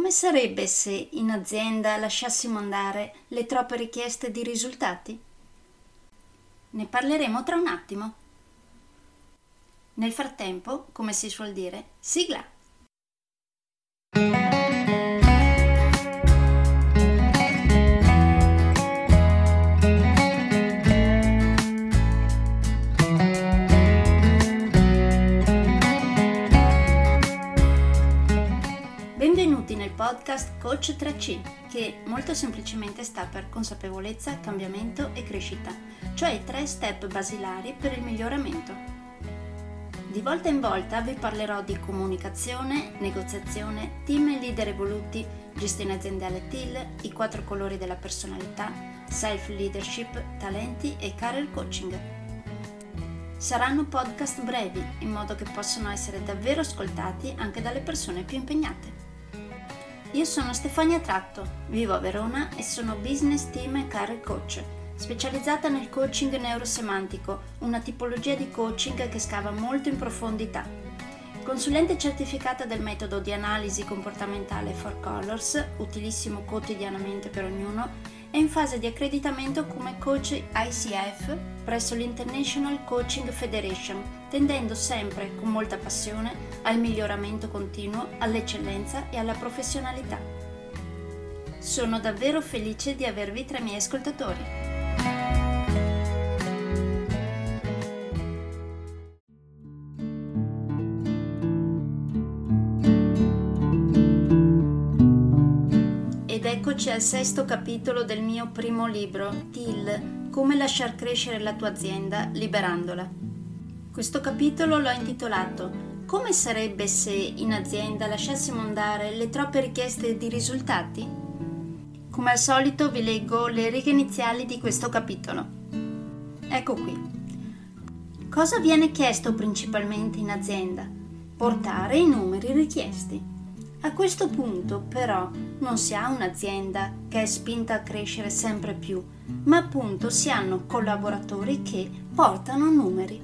Come sarebbe se in azienda lasciassimo andare le troppe richieste di risultati? Ne parleremo tra un attimo. Nel frattempo, come si suol dire, sigla! Benvenuti nel podcast Coach 3C, che molto semplicemente sta per consapevolezza, cambiamento e crescita, cioè i 3 step basilari per il miglioramento. Di volta in volta vi parlerò di comunicazione, negoziazione, team e leader evoluti, gestione aziendale TIL, i 4 colori della personalità, self-leadership, talenti e career coaching. Saranno podcast brevi, in modo che possano essere davvero ascoltati anche dalle persone più impegnate. Io sono Stefania Tratto, vivo a Verona e sono Business Team e Career Coach, specializzata nel coaching neurosemantico, una tipologia di coaching che scava molto in profondità. Consulente certificata del metodo di analisi comportamentale 4 Colors, utilissimo quotidianamente per ognuno, è in fase di accreditamento come coach ICF presso l'International Coaching Federation, tendendo sempre con molta passione al miglioramento continuo, all'eccellenza e alla professionalità. Sono davvero felice di avervi tra i miei ascoltatori. Eccoci al 6º capitolo del mio primo libro, TIL, come lasciar crescere la tua azienda liberandola. Questo capitolo l'ho intitolato Come sarebbe se in azienda lasciassimo andare le troppe richieste di risultati? Come al solito vi leggo le righe iniziali di questo capitolo. Ecco qui. Cosa viene chiesto principalmente in azienda? Portare i numeri richiesti. A questo punto, però, non si ha un'azienda che è spinta a crescere sempre più, ma appunto si hanno collaboratori che portano numeri.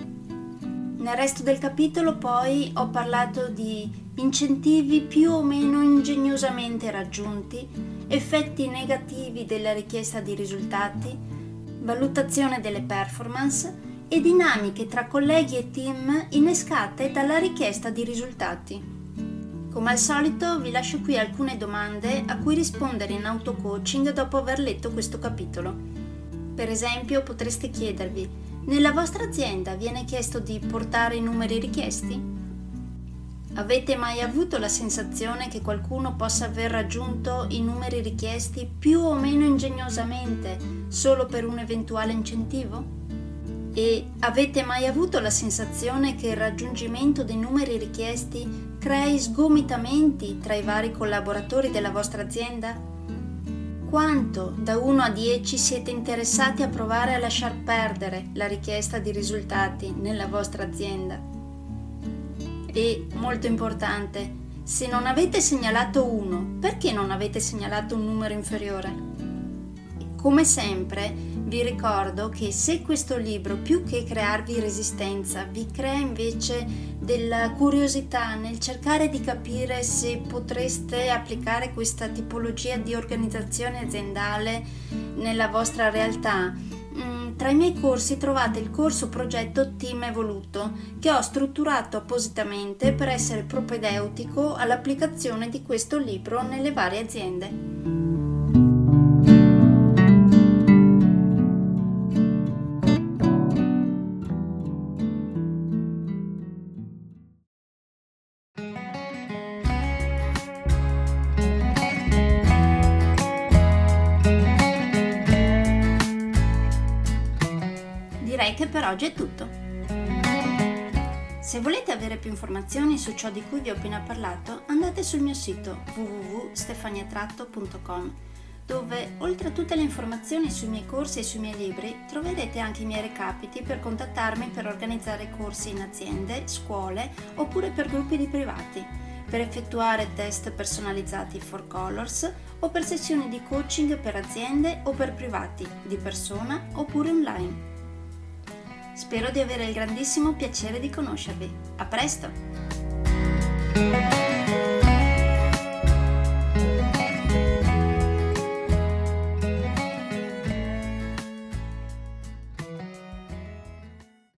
Nel resto del capitolo poi ho parlato di incentivi più o meno ingegnosamente raggiunti, effetti negativi della richiesta di risultati, valutazione delle performance e dinamiche tra colleghi e team innescate dalla richiesta di risultati. Come al solito vi lascio qui alcune domande a cui rispondere in auto-coaching dopo aver letto questo capitolo. Per esempio potreste chiedervi: nella vostra azienda viene chiesto di portare i numeri richiesti? Avete mai avuto la sensazione che qualcuno possa aver raggiunto i numeri richiesti più o meno ingegnosamente solo per un eventuale incentivo? E avete mai avuto la sensazione che il raggiungimento dei numeri richiesti crei sgomitamenti tra i vari collaboratori della vostra azienda? Quanto da 1 a 10 siete interessati a provare a lasciar perdere la richiesta di risultati nella vostra azienda? E, molto importante, se non avete segnalato 1, perché non avete segnalato un numero inferiore? Come sempre, vi ricordo che se questo libro, più che crearvi resistenza, vi crea invece della curiosità nel cercare di capire se potreste applicare questa tipologia di organizzazione aziendale nella vostra realtà, tra i miei corsi trovate il corso progetto Team Evoluto, che ho strutturato appositamente per essere propedeutico all'applicazione di questo libro nelle varie aziende. Direi che per oggi è tutto. Se volete avere più informazioni su ciò di cui vi ho appena parlato, andate sul mio sito www.stefaniatratto.com, dove oltre a tutte le informazioni sui miei corsi e sui miei libri troverete anche i miei recapiti per contattarmi per organizzare corsi in aziende, scuole oppure per gruppi di privati, per effettuare test personalizzati 4 Colors o per sessioni di coaching per aziende o per privati, di persona oppure online. Spero di avere il grandissimo piacere di conoscervi. A presto!